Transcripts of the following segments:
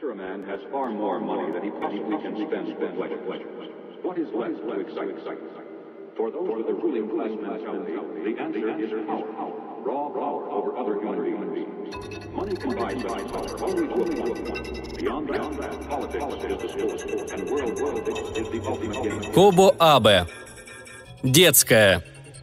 After a man has far more money than he possibly can spend for pleasure, what is left to excite? For those with a ruling class mentality, the answer is power. Raw power over other human beings. Money can buy such power only to a point. Beyond that, politics is the sport, and world is the ultimate game. Кобо Абе. Детская.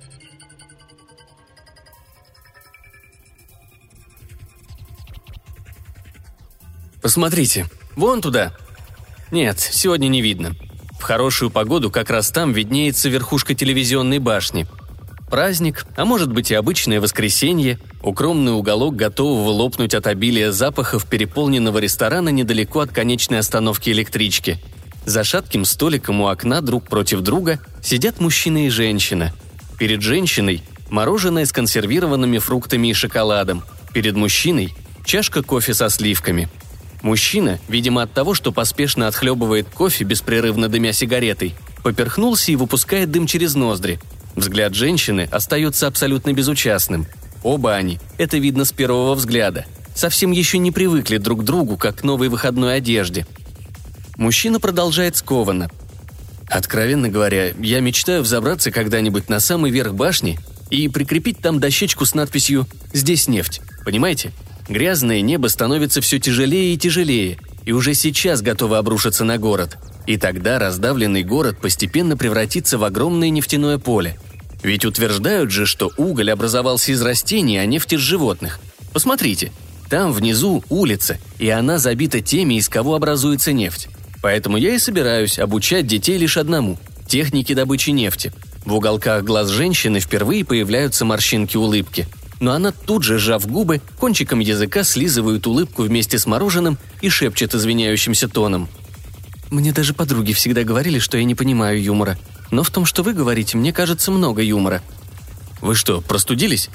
Посмотрите, вон туда. Нет, сегодня не видно. В хорошую погоду как раз там виднеется верхушка телевизионной башни. Праздник, а может быть и обычное воскресенье, укромный уголок готового лопнуть от обилия запахов переполненного ресторана недалеко от конечной остановки электрички. За шатким столиком у окна друг против друга сидят мужчина и женщина. Перед женщиной мороженое с консервированными фруктами и шоколадом. Перед мужчиной чашка кофе со сливками. Мужчина, видимо от того, что поспешно отхлебывает кофе, беспрерывно дымя сигаретой, поперхнулся и выпускает дым через ноздри. Взгляд женщины остается абсолютно безучастным. Оба они, это видно с первого взгляда, совсем еще не привыкли друг к другу, как к новой выходной одежде. Мужчина продолжает скованно. «Откровенно говоря, я мечтаю взобраться когда-нибудь на самый верх башни и прикрепить там дощечку с надписью «Здесь нефть». Понимаете? Грязное небо становится все тяжелее и тяжелее, и уже сейчас готово обрушиться на город. И тогда раздавленный город постепенно превратится в огромное нефтяное поле. Ведь утверждают же, что уголь образовался из растений, а нефть из животных. Посмотрите, там внизу улица, и она забита теми, из кого образуется нефть. Поэтому я и собираюсь обучать детей лишь одному – технике добычи нефти. В уголках глаз женщины впервые появляются морщинки улыбки. Но она тут же, сжав губы, кончиком языка слизывает улыбку вместе с мороженым и шепчет извиняющимся тоном. «Мне даже подруги всегда говорили, что я не понимаю юмора. Но в том, что вы говорите, мне кажется, много юмора». «Вы что, простудились?»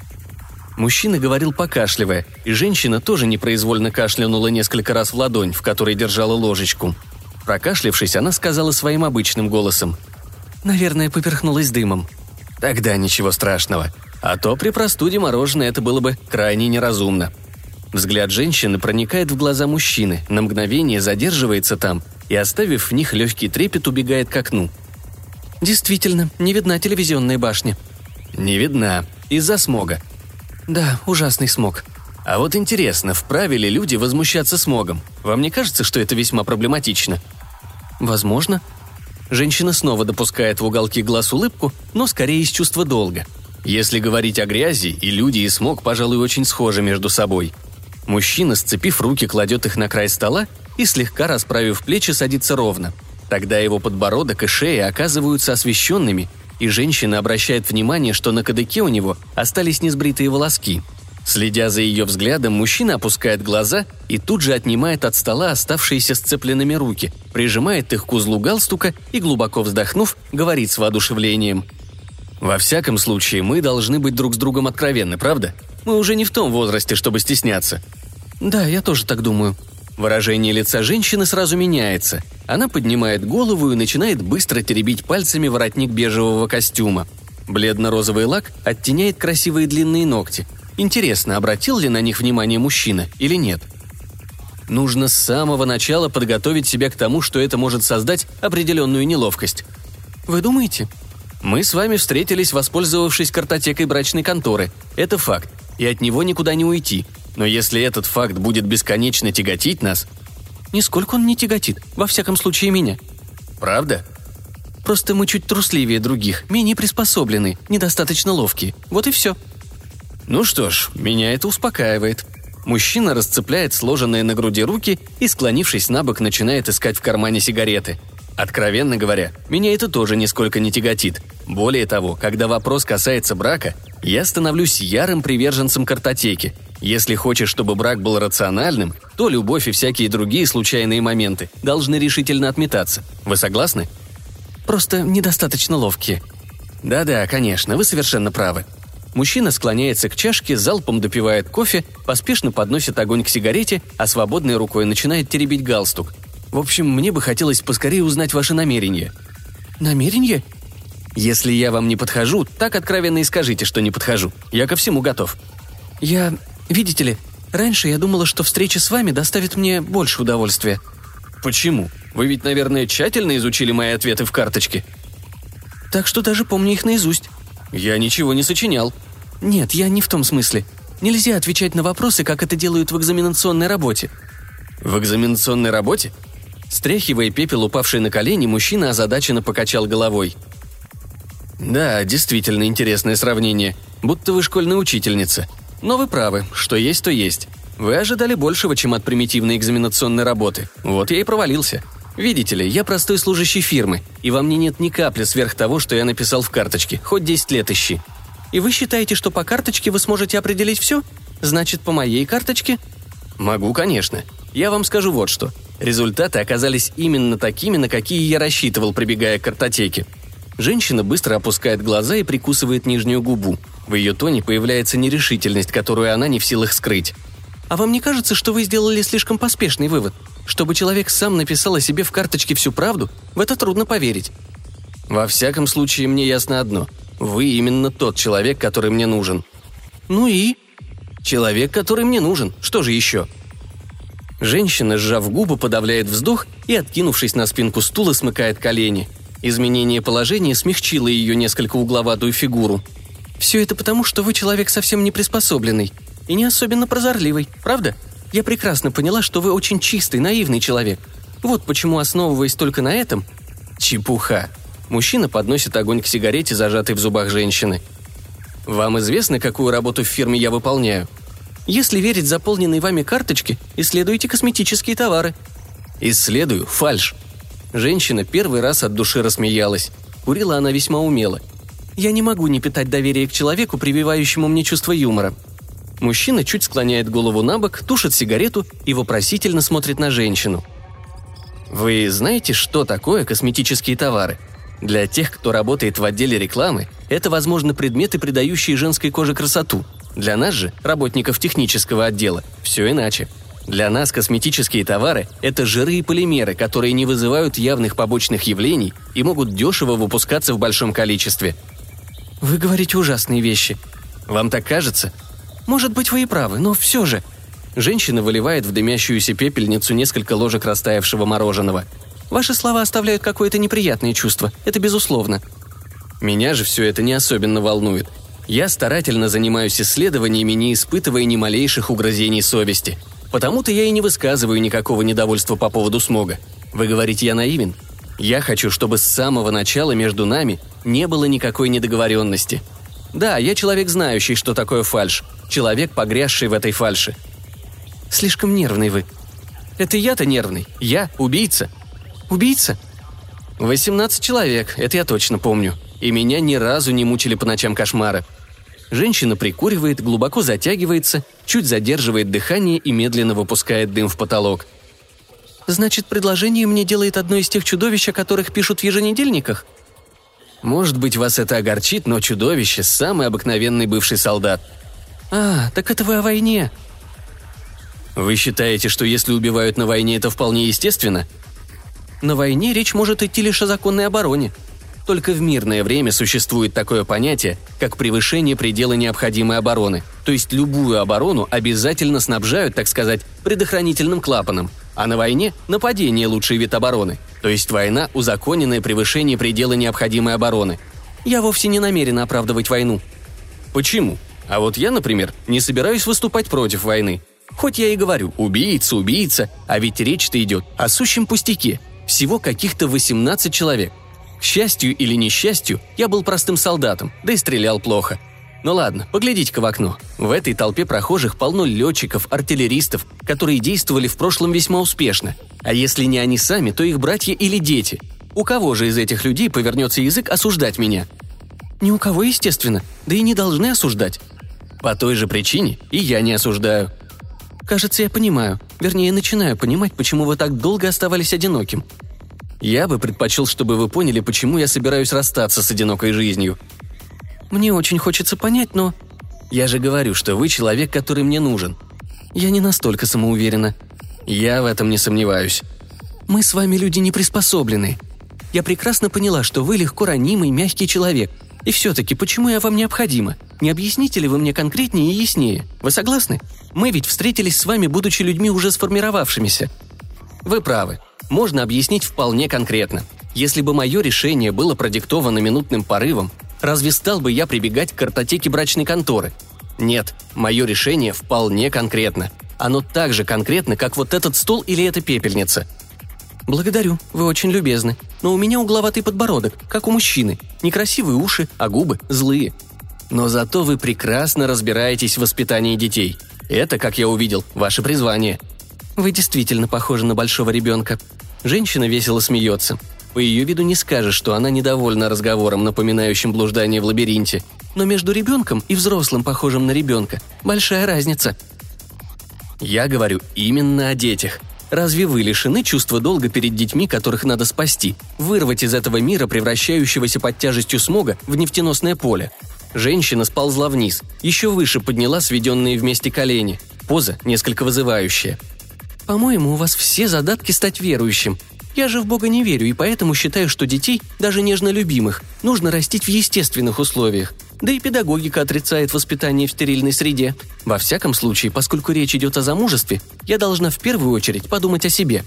Мужчина говорил покашливая, и женщина тоже непроизвольно кашлянула несколько раз в ладонь, в которой держала ложечку. Прокашлявшись, она сказала своим обычным голосом. «Наверное, поперхнулась дымом». «Тогда ничего страшного. А то при простуде мороженое это было бы крайне неразумно». Взгляд женщины проникает в глаза мужчины, на мгновение задерживается там и, оставив в них легкий трепет, убегает к окну. «Действительно, не видна телевизионная башня». «Не видна. Из-за смога». «Да, ужасный смог». «А вот интересно, вправе ли люди возмущаться смогом? Вам не кажется, что это весьма проблематично?» «Возможно». Женщина снова допускает в уголки глаз улыбку, но скорее из чувства долга. Если говорить о грязи, и люди, и смог, пожалуй, очень схожи между собой. Мужчина, сцепив руки, кладет их на край стола и, слегка расправив плечи, садится ровно. Тогда его подбородок и шея оказываются освещенными, и женщина обращает внимание, что на кадыке у него остались несбритые волоски. Следя за ее взглядом, мужчина опускает глаза и тут же отнимает от стола оставшиеся сцепленными руки, прижимает их к узлу галстука и, глубоко вздохнув, говорит с воодушевлением. «Во всяком случае, мы должны быть друг с другом откровенны, правда? Мы уже не в том возрасте, чтобы стесняться». «Да, я тоже так думаю». Выражение лица женщины сразу меняется. Она поднимает голову и начинает быстро теребить пальцами воротник бежевого костюма. Бледно-розовый лак оттеняет красивые длинные ногти. Интересно, обратил ли на них внимание мужчина или нет? Нужно с самого начала подготовить себя к тому, что это может создать определенную неловкость. «Вы думаете?» «Мы с вами встретились, воспользовавшись картотекой брачной конторы. Это факт, и от него никуда не уйти. Но если этот факт будет бесконечно тяготить нас...» «Нисколько он не тяготит, во всяком случае меня». «Правда?» «Просто мы чуть трусливее других, менее приспособлены, недостаточно ловкие. Вот и все». «Ну что ж, меня это успокаивает». Мужчина расцепляет сложенные на груди руки и, склонившись набок, начинает искать в кармане сигареты. Откровенно говоря, меня это тоже нисколько не тяготит. Более того, когда вопрос касается брака, я становлюсь ярым приверженцем картотеки. Если хочешь, чтобы брак был рациональным, то любовь и всякие другие случайные моменты должны решительно отметаться. Вы согласны? Просто недостаточно ловкие. Да-да, конечно, вы совершенно правы. Мужчина склоняется к чашке, залпом допивает кофе, поспешно подносит огонь к сигарете, а свободной рукой начинает теребить галстук. В общем, мне бы хотелось поскорее узнать ваши намерения. Намерения? Если я вам не подхожу, так откровенно и скажите, что не подхожу. Я ко всему готов. Видите ли, Раньше я думала, что встреча с вами доставит мне больше удовольствия». «Почему? Вы ведь, наверное, тщательно изучили мои ответы в карточке». «Так что даже помню их наизусть». «Я ничего не сочинял». «Нет, я не в том смысле. Нельзя отвечать на вопросы, как это делают в экзаменационной работе». «В экзаменационной работе?» Стряхивая пепел, упавший на колени, мужчина озадаченно покачал головой. «Да, действительно интересное сравнение. Будто вы школьная учительница. Но вы правы, что есть, то есть. Вы ожидали большего, чем от примитивной экзаменационной работы. Вот я и провалился. Видите ли, я простой служащий фирмы, и во мне нет ни капли сверх того, что я написал в карточке, хоть 10 лет ищи. И вы считаете, что по карточке вы сможете определить все? Значит, по моей карточке?» «Могу, конечно. Я вам скажу вот что. Результаты оказались именно такими, на какие я рассчитывал, прибегая к картотеке». Женщина быстро опускает глаза и прикусывает нижнюю губу. В ее тоне появляется нерешительность, которую она не в силах скрыть. «А вам не кажется, что вы сделали слишком поспешный вывод? Чтобы человек сам написал о себе в карточке всю правду, в это трудно поверить». «Во всяком случае, мне ясно одно. Вы именно тот человек, который мне нужен». «Ну и?» «Человек, который мне нужен. Что же еще?» Женщина, сжав губы, подавляет вздох и, откинувшись на спинку стула, смыкает колени. Изменение положения смягчило ее несколько угловатую фигуру. «Все это потому, что вы человек совсем не приспособленный и не особенно прозорливый, правда? Я прекрасно поняла, что вы очень чистый, наивный человек. Вот почему, основываясь только на этом...» «Чепуха!» Мужчина подносит огонь к сигарете, зажатой в зубах женщины. «Вам известно, какую работу в фирме я выполняю?» «Если верить заполненной вами карточке, исследуйте косметические товары». «Исследую фальшь». Женщина первый раз от души рассмеялась. Курила она весьма умело. «Я не могу не питать доверия к человеку, прививающему мне чувство юмора». Мужчина чуть склоняет голову набок, тушит сигарету и вопросительно смотрит на женщину. «Вы знаете, что такое косметические товары? Для тех, кто работает в отделе рекламы, это, возможно, предметы, придающие женской коже красоту. Для нас же, работников технического отдела, все иначе. Для нас косметические товары – это жиры и полимеры, которые не вызывают явных побочных явлений и могут дешево выпускаться в большом количестве». «Вы говорите ужасные вещи». «Вам так кажется?» «Может быть, вы и правы, но все же...» Женщина выливает в дымящуюся пепельницу несколько ложек растаявшего мороженого. «Ваши слова оставляют какое-то неприятное чувство, это безусловно». «Меня же все это не особенно волнует. Я старательно занимаюсь исследованиями, не испытывая ни малейших угрызений совести. Потому-то я и не высказываю никакого недовольства по поводу смога. Вы говорите, я наивен? Я хочу, чтобы с самого начала между нами не было никакой недоговоренности. Да, я человек, знающий, что такое фальшь. Человек, погрязший в этой фальши». «Слишком нервный вы». «Это я-то нервный. Я убийца». «Убийца?» 18 человек, это я точно помню. И меня ни разу не мучили по ночам кошмары». Женщина прикуривает, глубоко затягивается, чуть задерживает дыхание и медленно выпускает дым в потолок. «Значит, предложение мне делает одно из тех чудовищ, о которых пишут в еженедельниках?» «Может быть, вас это огорчит, но чудовище – самый обыкновенный бывший солдат». «А, так это вы о войне». «Вы считаете, что если убивают на войне, это вполне естественно?» «На войне речь может идти лишь о законной обороне. Только в мирное время существует такое понятие, как превышение предела необходимой обороны, то есть любую оборону обязательно снабжают, так сказать, предохранительным клапаном, а на войне – нападение – лучший вид обороны, то есть война – узаконенное превышение предела необходимой обороны. Я вовсе не намерен оправдывать войну». «Почему? А вот я, например, не собираюсь выступать против войны. Хоть я и говорю «убийца, убийца», а ведь речь-то идет о сущем пустяке, всего каких-то 18 человек. К счастью или несчастью, я был простым солдатом, да и стрелял плохо. Ну ладно, поглядите-ка в окно. В этой толпе прохожих полно летчиков, артиллеристов, которые действовали в прошлом весьма успешно. А если не они сами, то их братья или дети. У кого же из этих людей повернется язык осуждать меня? Ни у кого, естественно, да и не должны осуждать. По той же причине и я не осуждаю. Кажется, я понимаю, вернее, начинаю понимать, почему вы так долго оставались одиноким. Я бы предпочел, чтобы вы поняли, почему я собираюсь расстаться с одинокой жизнью. Мне очень хочется понять, но... Я же говорю, что вы человек, который мне нужен. Я не настолько самоуверена. Я в этом не сомневаюсь. Мы с вами люди не приспособленные. Я прекрасно поняла, что вы легко ранимый, мягкий человек. И все-таки, почему я вам необходима? Не объясните ли вы мне конкретнее и яснее? Вы согласны? Мы ведь встретились с вами, будучи людьми уже сформировавшимися». «Вы правы. Можно объяснить вполне конкретно. Если бы мое решение было продиктовано минутным порывом, разве стал бы я прибегать к картотеке брачной конторы? Нет, мое решение вполне конкретно. Оно так же конкретно, как вот этот стол или эта пепельница». «Благодарю, вы очень любезны. Но у меня угловатый подбородок, как у мужчины. Некрасивые уши, а губы злые». «Но зато вы прекрасно разбираетесь в воспитании детей. Это, как я увидел, ваше призвание». «Вы действительно похожи на большого ребенка». Женщина весело смеется. По ее виду не скажешь, что она недовольна разговором, напоминающим блуждание в лабиринте. Но между ребенком и взрослым, похожим на ребенка, большая разница. Я говорю именно о детях. Разве вы лишены чувства долга перед детьми, которых надо спасти, вырвать из этого мира, превращающегося под тяжестью смога, в нефтеносное поле? Женщина сползла вниз, еще выше подняла сведенные вместе колени. Поза несколько вызывающая. «По-моему, у вас все задатки стать верующим. Я же в Бога не верю, и поэтому считаю, что детей, даже нежно любимых, нужно растить в естественных условиях. Да и педагогика отрицает воспитание в стерильной среде. Во всяком случае, поскольку речь идет о замужестве, я должна в первую очередь подумать о себе».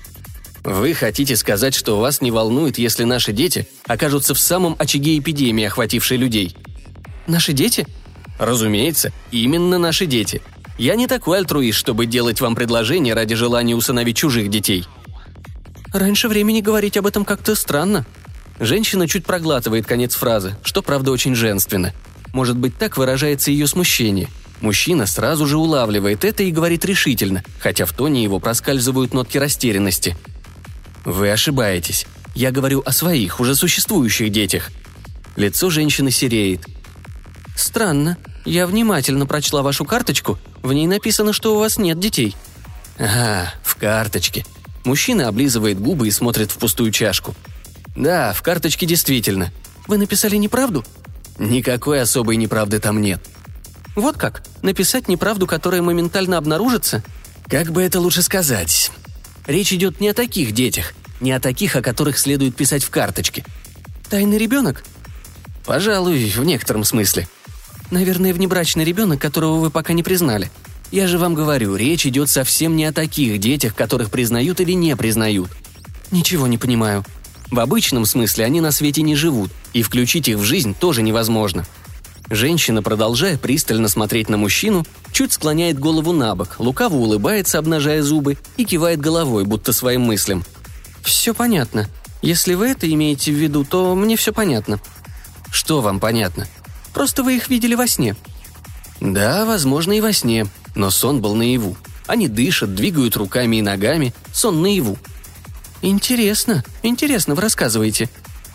«Вы хотите сказать, что вас не волнует, если наши дети окажутся в самом очаге эпидемии, охватившей людей?» «Наши дети?» «Разумеется, именно наши дети. Я не такой альтруист, чтобы делать вам предложение ради желания усыновить чужих детей». «Раньше времени говорить об этом как-то странно». Женщина чуть проглатывает конец фразы, что, правда, очень женственно. Может быть, так выражается ее смущение. Мужчина сразу же улавливает это и говорит решительно, хотя в тоне его проскальзывают нотки растерянности. «Вы ошибаетесь. Я говорю о своих, уже существующих детях». Лицо женщины сереет. «Странно. Я внимательно прочла вашу карточку. В ней написано, что у вас нет детей». «Ага, в карточке». Мужчина облизывает губы и смотрит в пустую чашку. «Да, в карточке действительно». «Вы написали неправду?» «Никакой особой неправды там нет». «Вот как? Написать неправду, которая моментально обнаружится?» «Как бы это лучше сказать? Речь идет не о таких детях, не о таких, о которых следует писать в карточке». «Тайный ребенок?» «Пожалуй, в некотором смысле». «Наверное, внебрачный ребенок, которого вы пока не признали». «Я же вам говорю, речь идет совсем не о таких детях, которых признают или не признают». «Ничего не понимаю». «В обычном смысле они на свете не живут, и включить их в жизнь тоже невозможно». Женщина, продолжая пристально смотреть на мужчину, чуть склоняет голову набок, лукаво улыбается, обнажая зубы, и кивает головой, будто своим мыслям. «Все понятно. Если вы это имеете в виду, то мне все понятно». «Что вам понятно?» «Просто вы их видели во сне». «Да, возможно, и во сне. Но сон был наяву. Они дышат, двигают руками и ногами. Сон наяву». «Интересно, вы рассказываете».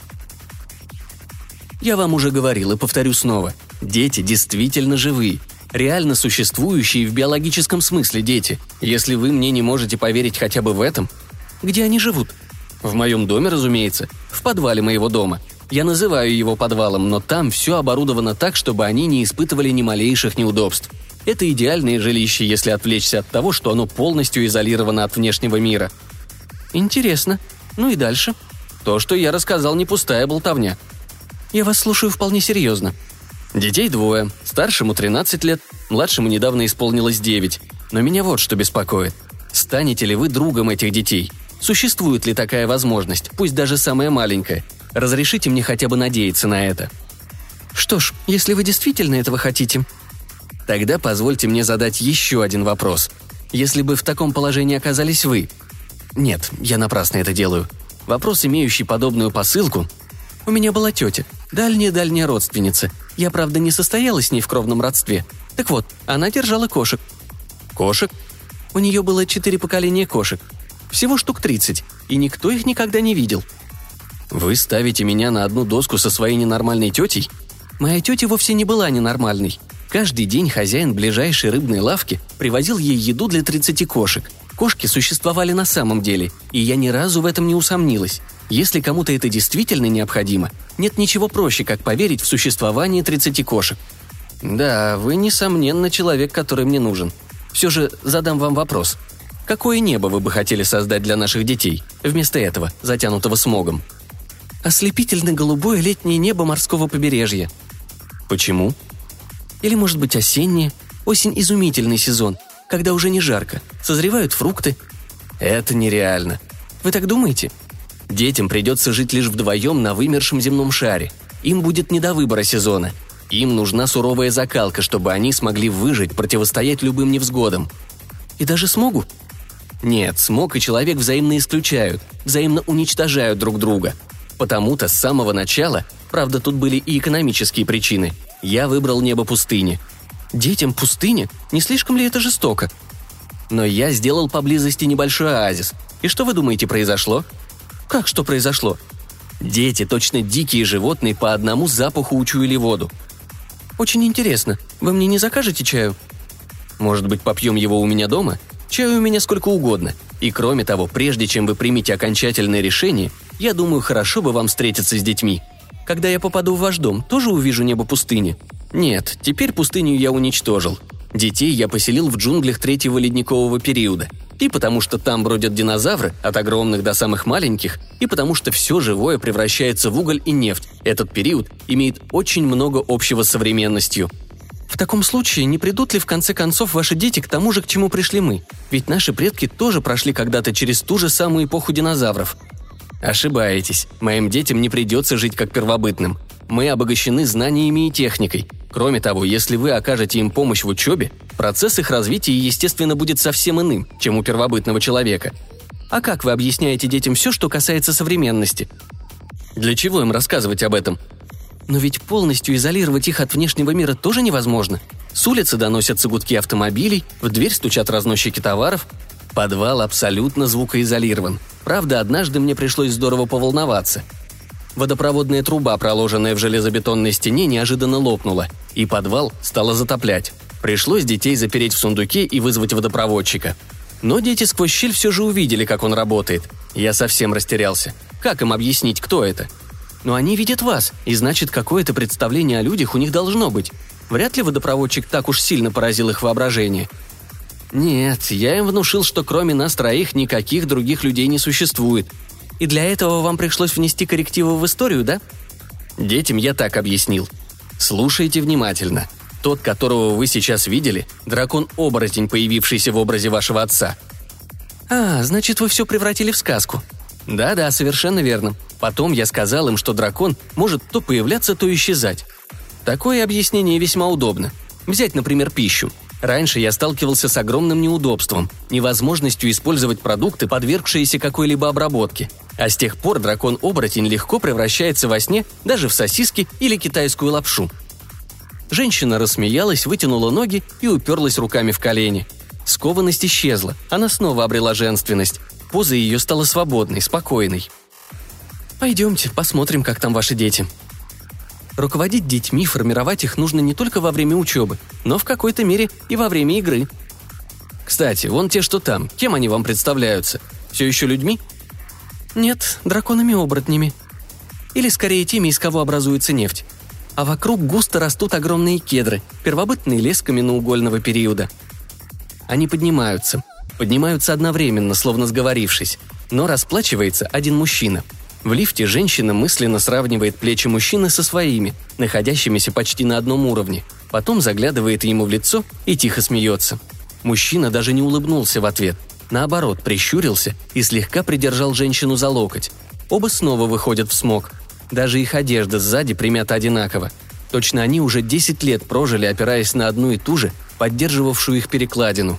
Я вам уже говорил и повторю снова. Дети действительно живые. Реально существующие в биологическом смысле дети. Если вы мне не можете поверить хотя бы в этом. Где они живут? В моем доме, разумеется. В подвале моего дома. Я называю его подвалом, но там все оборудовано так, чтобы они не испытывали ни малейших неудобств. Это идеальное жилище, если отвлечься от того, что оно полностью изолировано от внешнего мира. Интересно. Ну и дальше? То, что я рассказал, не пустая болтовня. Я вас слушаю вполне серьезно. Детей двое. Старшему 13 лет, младшему недавно исполнилось 9. Но меня вот что беспокоит. Станете ли вы другом этих детей? Существует ли такая возможность, пусть даже самая маленькая? Разрешите мне хотя бы надеяться на это. Что ж, если вы действительно этого хотите... Тогда позвольте мне задать еще один вопрос. Если бы в таком положении оказались вы... Нет, я напрасно это делаю. Вопрос, имеющий подобную посылку... У меня была тетя, дальняя родственница. Я, правда, не состояла с ней в кровном родстве. Так вот, она держала кошек. Кошек? У нее было 4 поколения кошек. Всего штук 30, и никто их никогда не видел. Вы ставите меня на одну доску со своей ненормальной тетей? Моя тетя вовсе не была ненормальной. Каждый день хозяин ближайшей рыбной лавки привозил ей еду для 30 кошек. Кошки существовали на самом деле, и я ни разу в этом не усомнилась. Если кому-то это действительно необходимо, нет ничего проще, как поверить в существование 30 кошек. Да, вы, несомненно, человек, который мне нужен. Все же задам вам вопрос. Какое небо вы бы хотели создать для наших детей, вместо этого, затянутого смогом? Ослепительно-голубое летнее небо морского побережья. Почему? Или, может быть, осеннее? Осень – изумительный сезон, когда уже не жарко, созревают фрукты. Это нереально. Вы так думаете? Детям придется жить лишь вдвоем на вымершем земном шаре. Им будет не до выбора сезона. Им нужна суровая закалка, чтобы они смогли выжить, противостоять любым невзгодам. И даже смогу? Нет, смог и человек взаимно исключают, взаимно уничтожают друг друга. Потому-то с самого начала, правда, тут были и экономические причины, я выбрал небо пустыни. Детям пустыня? Не слишком ли это жестоко? Но я сделал поблизости небольшой оазис. И что вы думаете произошло? Как что произошло? Дети, точно дикие животные, по одному запаху учуяли воду. Очень интересно. Вы мне не закажете чаю? Может быть, попьем его у меня дома? Чаю у меня сколько угодно. И кроме того, прежде чем вы примете окончательное решение, я думаю, хорошо бы вам встретиться с детьми. Когда я попаду в ваш дом, тоже увижу небо пустыни? Нет, теперь пустыню я уничтожил. Детей я поселил в джунглях третьего ледникового периода. И потому что там бродят динозавры, от огромных до самых маленьких, и потому что все живое превращается в уголь и нефть. Этот период имеет очень много общего с современностью. В таком случае, не придут ли в конце концов ваши дети к тому же, к чему пришли мы? Ведь наши предки тоже прошли когда-то через ту же самую эпоху динозавров. Ошибаетесь. Моим детям не придется жить как первобытным. Мы обогащены знаниями и техникой. Кроме того, если вы окажете им помощь в учебе, процесс их развития, естественно, будет совсем иным, чем у первобытного человека. А как вы объясняете детям все, что касается современности? Для чего им рассказывать об этом? Но ведь полностью изолировать их от внешнего мира тоже невозможно. С улицы доносятся гудки автомобилей, в дверь стучат разносчики товаров. Подвал абсолютно звукоизолирован. Правда, однажды мне пришлось здорово поволноваться. Водопроводная труба, проложенная в железобетонной стене, неожиданно лопнула, и подвал стало затоплять. Пришлось детей запереть в сундуке и вызвать водопроводчика. Но дети сквозь щель все же увидели, как он работает. Я совсем растерялся. Как им объяснить, кто это? Но они видят вас, и значит, какое-то представление о людях у них должно быть. Вряд ли водопроводчик так уж сильно поразил их воображение. Нет, я им внушил, что кроме нас троих никаких других людей не существует. И для этого вам пришлось внести коррективы в историю, да? Детям я так объяснил. Слушайте внимательно. Тот, которого вы сейчас видели, дракон-оборотень, появившийся в образе вашего отца. А, значит, вы все превратили в сказку. Да-да, совершенно верно. Потом я сказал им, что дракон может то появляться, то исчезать. Такое объяснение весьма удобно. Взять, например, пищу. Раньше я сталкивался с огромным неудобством, невозможностью использовать продукты, подвергшиеся какой-либо обработке. А с тех пор дракон-оборотень легко превращается во сне даже в сосиски или китайскую лапшу. Женщина рассмеялась, вытянула ноги и уперлась руками в колени. Скованность исчезла, она снова обрела женственность. Поза ее стала свободной, спокойной. «Пойдемте, посмотрим, как там ваши дети». Руководить детьми, формировать их нужно не только во время учебы, но в какой-то мере и во время игры. Кстати, вон те, что там, кем они вам представляются? Все еще людьми? Нет, драконами-оборотнями. Или скорее теми, из кого образуется нефть. А вокруг густо растут огромные кедры, первобытный лес каменноугольного периода. Они поднимаются одновременно, словно сговорившись, но расплачивается один мужчина. В лифте женщина мысленно сравнивает плечи мужчины со своими, находящимися почти на одном уровне, потом заглядывает ему в лицо и тихо смеется. Мужчина даже не улыбнулся в ответ, наоборот, прищурился и слегка придержал женщину за локоть. Оба снова выходят в смог. Даже их одежда сзади примята одинаково. Точно они уже 10 лет прожили, опираясь на одну и ту же, поддерживавшую их перекладину.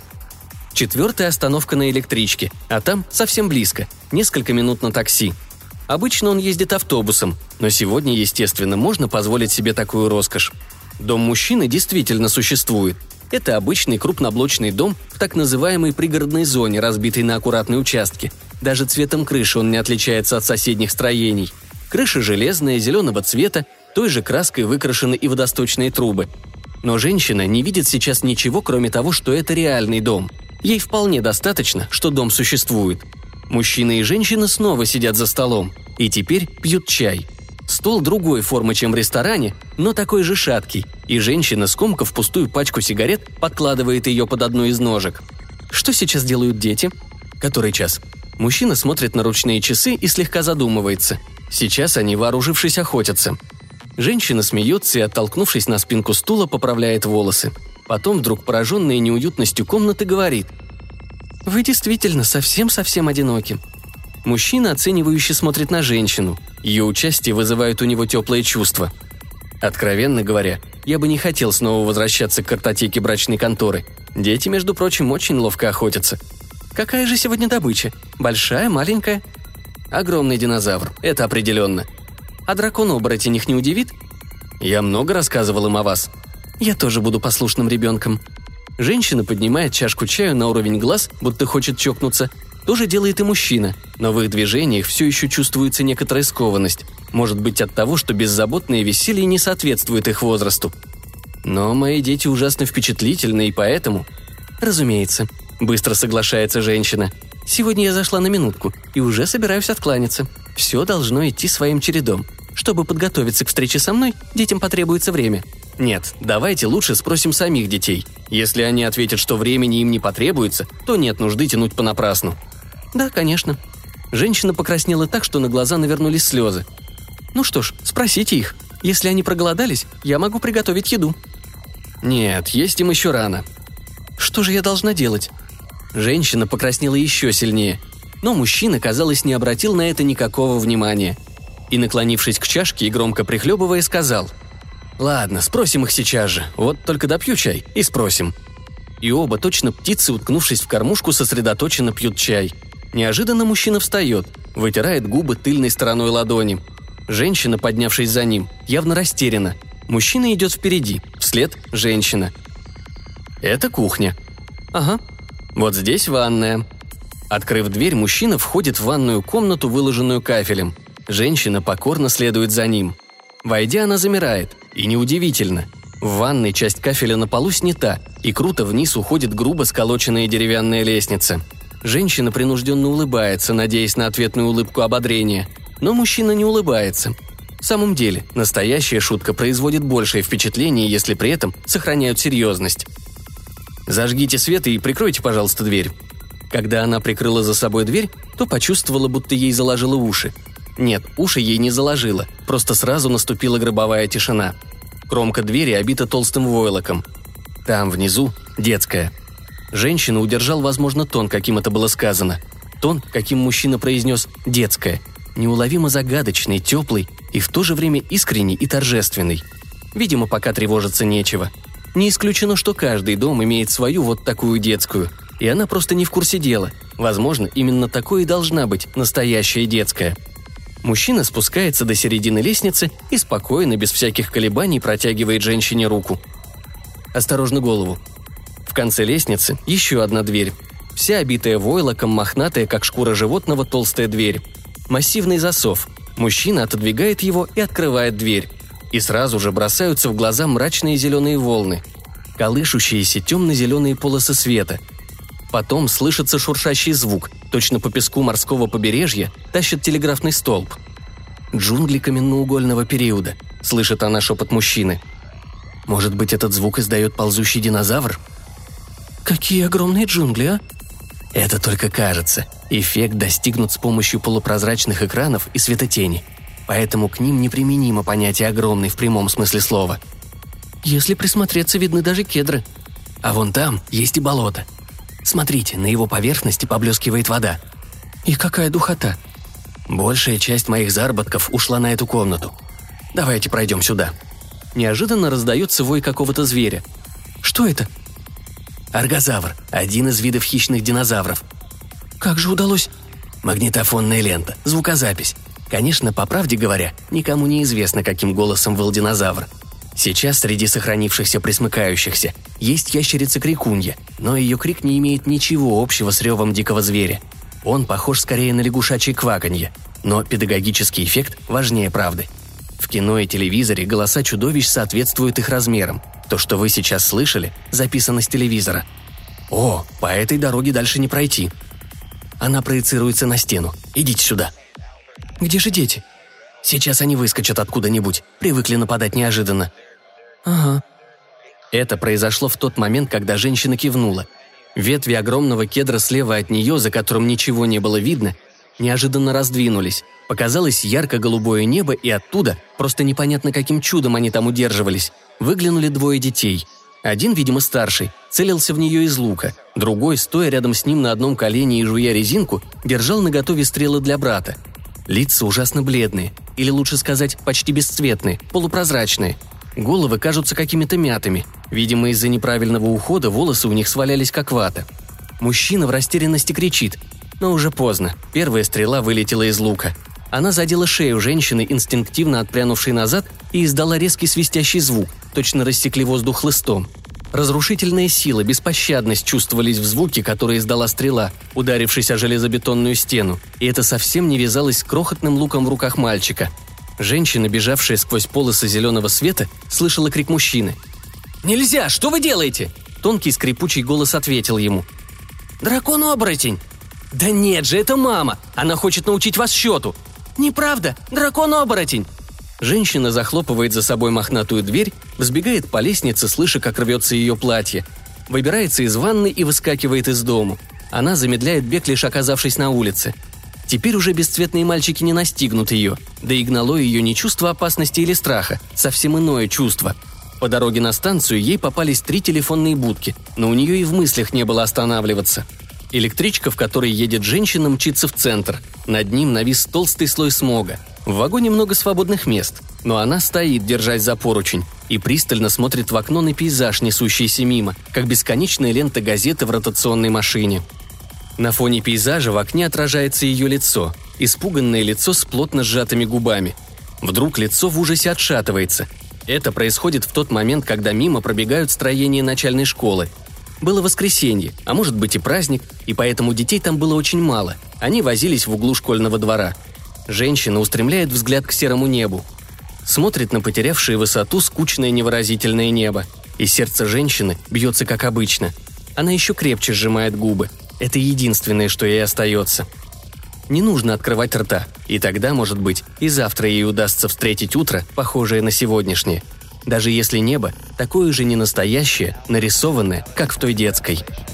4-я остановка на электричке, а там совсем близко, несколько минут на такси. Обычно он ездит автобусом, но сегодня, естественно, можно позволить себе такую роскошь. Дом мужчины действительно существует. Это обычный крупноблочный дом в так называемой пригородной зоне, разбитый на аккуратные участки. Даже цветом крыши он не отличается от соседних строений. Крыша железная, зеленого цвета, той же краской выкрашены и водосточные трубы. Но женщина не видит сейчас ничего, кроме того, что это реальный дом. Ей вполне достаточно, что дом существует. Мужчина и женщина снова сидят за столом и теперь пьют чай. Стол другой формы, чем в ресторане, но такой же шаткий, и женщина, скомкав пустую пачку сигарет, подкладывает ее под одну из ножек. Что сейчас делают дети? Который час? Мужчина смотрит на ручные часы и слегка задумывается. Сейчас они, вооружившись, охотятся. Женщина смеется и, оттолкнувшись на спинку стула, поправляет волосы. Потом, вдруг пораженная неуютностью комнаты, говорит: «Вы действительно совсем-совсем одиноки». Мужчина оценивающе смотрит на женщину. Ее участие вызывает у него теплые чувства. Откровенно говоря, я бы не хотел снова возвращаться к картотеке брачной конторы. Дети, между прочим, очень ловко охотятся. Какая же сегодня добыча? Большая, маленькая? Огромный динозавр, это определенно. А дракон-оборотень их не удивит? Я много рассказывал им о вас. Я тоже буду послушным ребенком. Женщина поднимает чашку чаю на уровень глаз, будто хочет чокнуться. Тоже делает и мужчина, но в их движениях все еще чувствуется некоторая скованность. Может быть, от того, что беззаботное веселье не соответствует их возрасту. Но мои дети ужасно впечатлительны, и поэтому... Разумеется, быстро соглашается женщина. Сегодня я зашла на минутку и уже собираюсь откланяться. Все должно идти своим чередом. Чтобы подготовиться к встрече со мной, детям потребуется время. Нет, давайте лучше спросим самих детей. Если они ответят, что времени им не потребуется, то нет нужды тянуть понапрасну. Да, конечно. Женщина покраснела так, что на глаза навернулись слезы. Ну что ж, спросите их. Если они проголодались, я могу приготовить еду. Нет, есть им еще рано. Что же я должна делать? Женщина покраснела еще сильнее. Но мужчина, казалось, не обратил на это никакого внимания. И, наклонившись к чашке и громко прихлебывая, сказал: «Ладно, спросим их сейчас же. Вот только допью чай и спросим». И оба, точно птицы, уткнувшись в кормушку, сосредоточенно пьют чай. Неожиданно мужчина встает, вытирает губы тыльной стороной ладони. Женщина, поднявшись за ним, явно растеряна. Мужчина идет впереди, вслед женщина. Это кухня. Ага. Вот здесь ванная. Открыв дверь, мужчина входит в ванную комнату, выложенную кафелем. Женщина покорно следует за ним. Войдя, она замирает. И неудивительно. В ванной часть кафеля на полу снята, и круто вниз уходит грубо сколоченная деревянная лестница. Женщина принужденно улыбается, надеясь на ответную улыбку ободрения. Но мужчина не улыбается. В самом деле, настоящая шутка производит большее впечатление, если при этом сохраняют серьезность. «Зажгите свет и прикройте, пожалуйста, дверь». Когда она прикрыла за собой дверь, то почувствовала, будто ей заложило уши. Нет, уши ей не заложило, просто сразу наступила гробовая тишина. Кромка двери обита толстым войлоком. Там, внизу, детская. Женщина удержал, возможно, тон, каким это было сказано. Тон, каким мужчина произнес «детская». Неуловимо загадочный, теплый и в то же время искренний и торжественный. Видимо, пока тревожиться нечего. Не исключено, что каждый дом имеет свою вот такую детскую, и она просто не в курсе дела. Возможно, именно такой и должна быть настоящая детская. Мужчина спускается до середины лестницы и спокойно, без всяких колебаний, протягивает женщине руку. Осторожно голову. В конце лестницы еще одна дверь. Вся обитая войлоком, мохнатая, как шкура животного, толстая дверь. Массивный засов. Мужчина отодвигает его и открывает дверь. И сразу же бросаются в глаза мрачные зеленые волны. Колышущиеся темно-зеленые полосы света. Потом слышится шуршащий звук. Точно по песку морского побережья тащит телеграфный столб. «Джунгли каменноугольного периода», — слышит она шепот мужчины. «Может быть, этот звук издает ползущий динозавр?» «Какие огромные джунгли, а?» Это только кажется. Эффект достигнут с помощью полупрозрачных экранов и светотени. Поэтому к ним неприменимо понятие «огромный» в прямом смысле слова. Если присмотреться, видны даже кедры. А вон там есть и болото. Смотрите, на его поверхности поблескивает вода. И какая духота! Большая часть моих заработков ушла на эту комнату. Давайте пройдем сюда. Неожиданно раздается вой какого-то зверя. Что это? Аргозавр, один из видов хищных динозавров. Как же удалось? Магнитофонная лента, звукозапись. Конечно, по правде говоря, никому не известно, каким голосом выл динозавр. Сейчас среди сохранившихся пресмыкающихся есть ящерица-крикунья, но ее крик не имеет ничего общего с ревом дикого зверя. Он похож скорее на лягушачье кваканье, но педагогический эффект важнее правды. В кино и телевизоре голоса чудовищ соответствуют их размерам. То, что вы сейчас слышали, записано с телевизора. О, по этой дороге дальше не пройти. Она проецируется на стену. Идите сюда. Где же дети? Сейчас они выскочат откуда-нибудь, привыкли нападать неожиданно. Ага. Это произошло в тот момент, когда женщина кивнула. Ветви огромного кедра слева от нее, за которым ничего не было видно, неожиданно раздвинулись. Показалось ярко-голубое небо, и оттуда, просто непонятно каким чудом они там удерживались, выглянули двое детей. Один, видимо, старший, целился в нее из лука, другой, стоя рядом с ним на одном колене и жуя резинку, держал наготове стрелы для брата. Лица ужасно бледные, или лучше сказать, почти бесцветные, полупрозрачные. Головы кажутся какими-то мятыми. Видимо, из-за неправильного ухода волосы у них свалялись как вата. Мужчина в растерянности кричит, но уже поздно. Первая стрела вылетела из лука. Она задела шею женщины, инстинктивно отпрянувшей назад, и издала резкий свистящий звук, точно рассекли воздух хлыстом. Разрушительная сила, беспощадность чувствовались в звуке, который издала стрела, ударившись о железобетонную стену, и это совсем не вязалось с крохотным луком в руках мальчика. Женщина, бежавшая сквозь полосы зеленого света, слышала крик мужчины. «Нельзя! Что вы делаете?» Тонкий скрипучий голос ответил ему. «Дракон-оборотень!» «Да нет же, это мама! Она хочет научить вас счету!» «Неправда! Дракон-оборотень!» Женщина захлопывает за собой мохнатую дверь, взбегает по лестнице, слыша, как рвется ее платье. Выбирается из ванны и выскакивает из дому. Она замедляет бег, лишь оказавшись на улице. Теперь уже бесцветные мальчики не настигнут ее, да и гнало ее не чувство опасности или страха, совсем иное чувство. По дороге на станцию ей попались 3 телефонные будки, но у нее и в мыслях не было останавливаться. Электричка, в которой едет женщина, мчится в центр. Над ним навис толстый слой смога. В вагоне много свободных мест, но она стоит, держась за поручень, и пристально смотрит в окно на пейзаж, несущийся мимо, как бесконечная лента газеты в ротационной машине. На фоне пейзажа в окне отражается ее лицо, испуганное лицо с плотно сжатыми губами. Вдруг лицо в ужасе отшатывается. Это происходит в тот момент, когда мимо пробегают строения начальной школы. Было воскресенье, а может быть и праздник, и поэтому детей там было очень мало. Они возились в углу школьного двора. Женщина устремляет взгляд к серому небу. Смотрит на потерявшее высоту скучное невыразительное небо. И сердце женщины бьется как обычно. Она еще крепче сжимает губы. Это единственное, что ей остается. Не нужно открывать рта, и тогда, может быть, и завтра ей удастся встретить утро, похожее на сегодняшнее. Даже если небо такое же ненастоящее, нарисованное, как в той детской.